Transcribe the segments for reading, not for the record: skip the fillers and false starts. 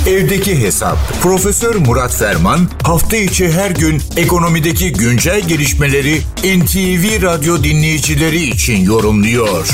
Evdeki Hesap. Profesör Murat Ferman hafta içi her gün ekonomideki güncel gelişmeleri NTV Radyo dinleyicileri için yorumluyor.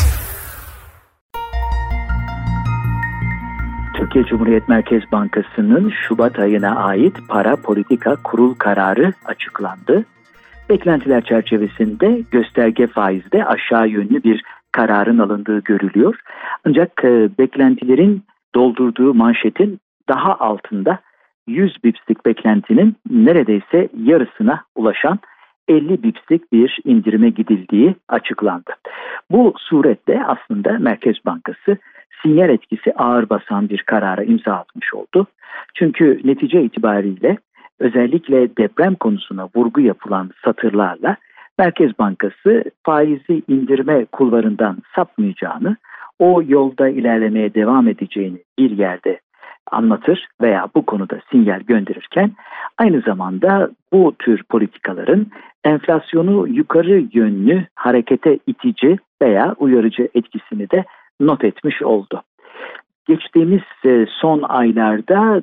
Türkiye Cumhuriyet Merkez Bankası'nın Şubat ayına ait para politika kurul kararı açıklandı. Beklentiler çerçevesinde gösterge faizde aşağı yönlü bir kararın alındığı görülüyor. Ancak beklentilerin doldurduğu manşetin daha altında 100 bipslik beklentinin neredeyse yarısına ulaşan 50 bipslik bir indirime gidildiği açıklandı. Bu surette aslında Merkez Bankası sinyal etkisi ağır basan bir karara imza atmış oldu. Çünkü netice itibariyle özellikle deprem konusuna vurgu yapılan satırlarla Merkez Bankası faizi indirme kulvarından sapmayacağını, o yolda ilerlemeye devam edeceğini bir yerde anlatır veya bu konuda sinyal gönderirken aynı zamanda bu tür politikaların enflasyonu yukarı yönlü harekete itici veya uyarıcı etkisini de not etmiş oldu. Geçtiğimiz son aylarda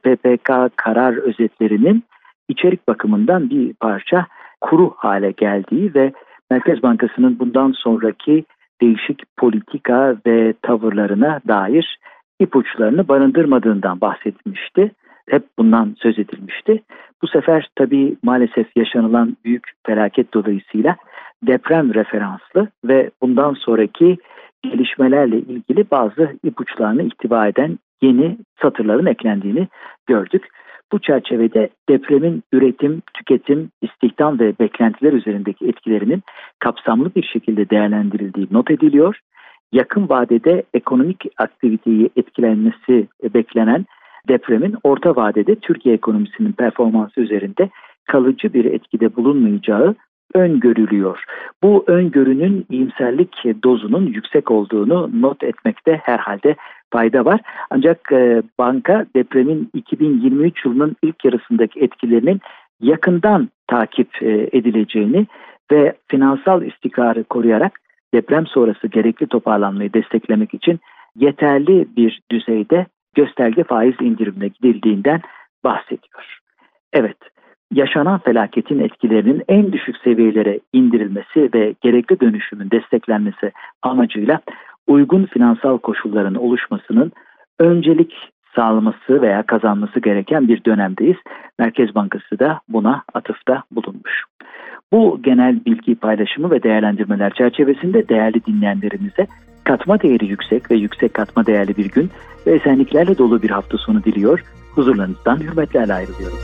PPK karar özetlerinin içerik bakımından bir parça kuru hale geldiği ve Merkez Bankası'nın bundan sonraki değişik politika ve tavırlarına dair ipuçlarını barındırmadığından bahsetmişti. Hep bundan söz edilmişti. Bu sefer tabii maalesef yaşanılan büyük felaket dolayısıyla deprem referanslı ve bundan sonraki gelişmelerle ilgili bazı ipuçlarını ihtiva eden yeni satırların eklendiğini gördük. Bu çerçevede depremin üretim, tüketim, istihdam ve beklentiler üzerindeki etkilerinin kapsamlı bir şekilde değerlendirildiği not ediliyor. Yakın vadede ekonomik aktiviteyi etkilenmesi beklenen depremin orta vadede Türkiye ekonomisinin performansı üzerinde kalıcı bir etkide bulunmayacağı öngörülüyor. Bu öngörünün iyimserlik dozunun yüksek olduğunu not etmekte herhalde fayda var. Ancak banka depremin 2023 yılının ilk yarısındaki etkilerinin yakından takip edileceğini ve finansal istikrarı koruyarak deprem sonrası gerekli toparlanmayı desteklemek için yeterli bir düzeyde gösterge faiz indirimine gidildiğinden bahsediyor. Evet, yaşanan felaketin etkilerinin en düşük seviyelere indirilmesi ve gerekli dönüşümün desteklenmesi amacıyla uygun finansal koşulların oluşmasının öncelik sağlaması veya kazanması gereken bir dönemdeyiz. Merkez Bankası da buna atıfta bulunmuş. Bu genel bilgi paylaşımı ve değerlendirmeler çerçevesinde değerli dinleyenlerimize katma değeri yüksek ve yüksek katma değerli bir gün ve esenliklerle dolu bir hafta sonu diliyor. Huzurlarınızdan hürmetlerle ayrılıyorum.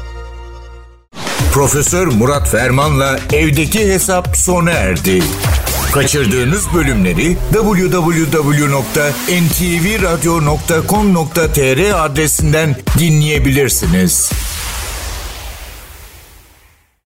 Profesör Murat Ferman'la Evdeki Hesap sona erdi. Kaçırdığınız bölümleri www.ntvradio.com.tr adresinden dinleyebilirsiniz.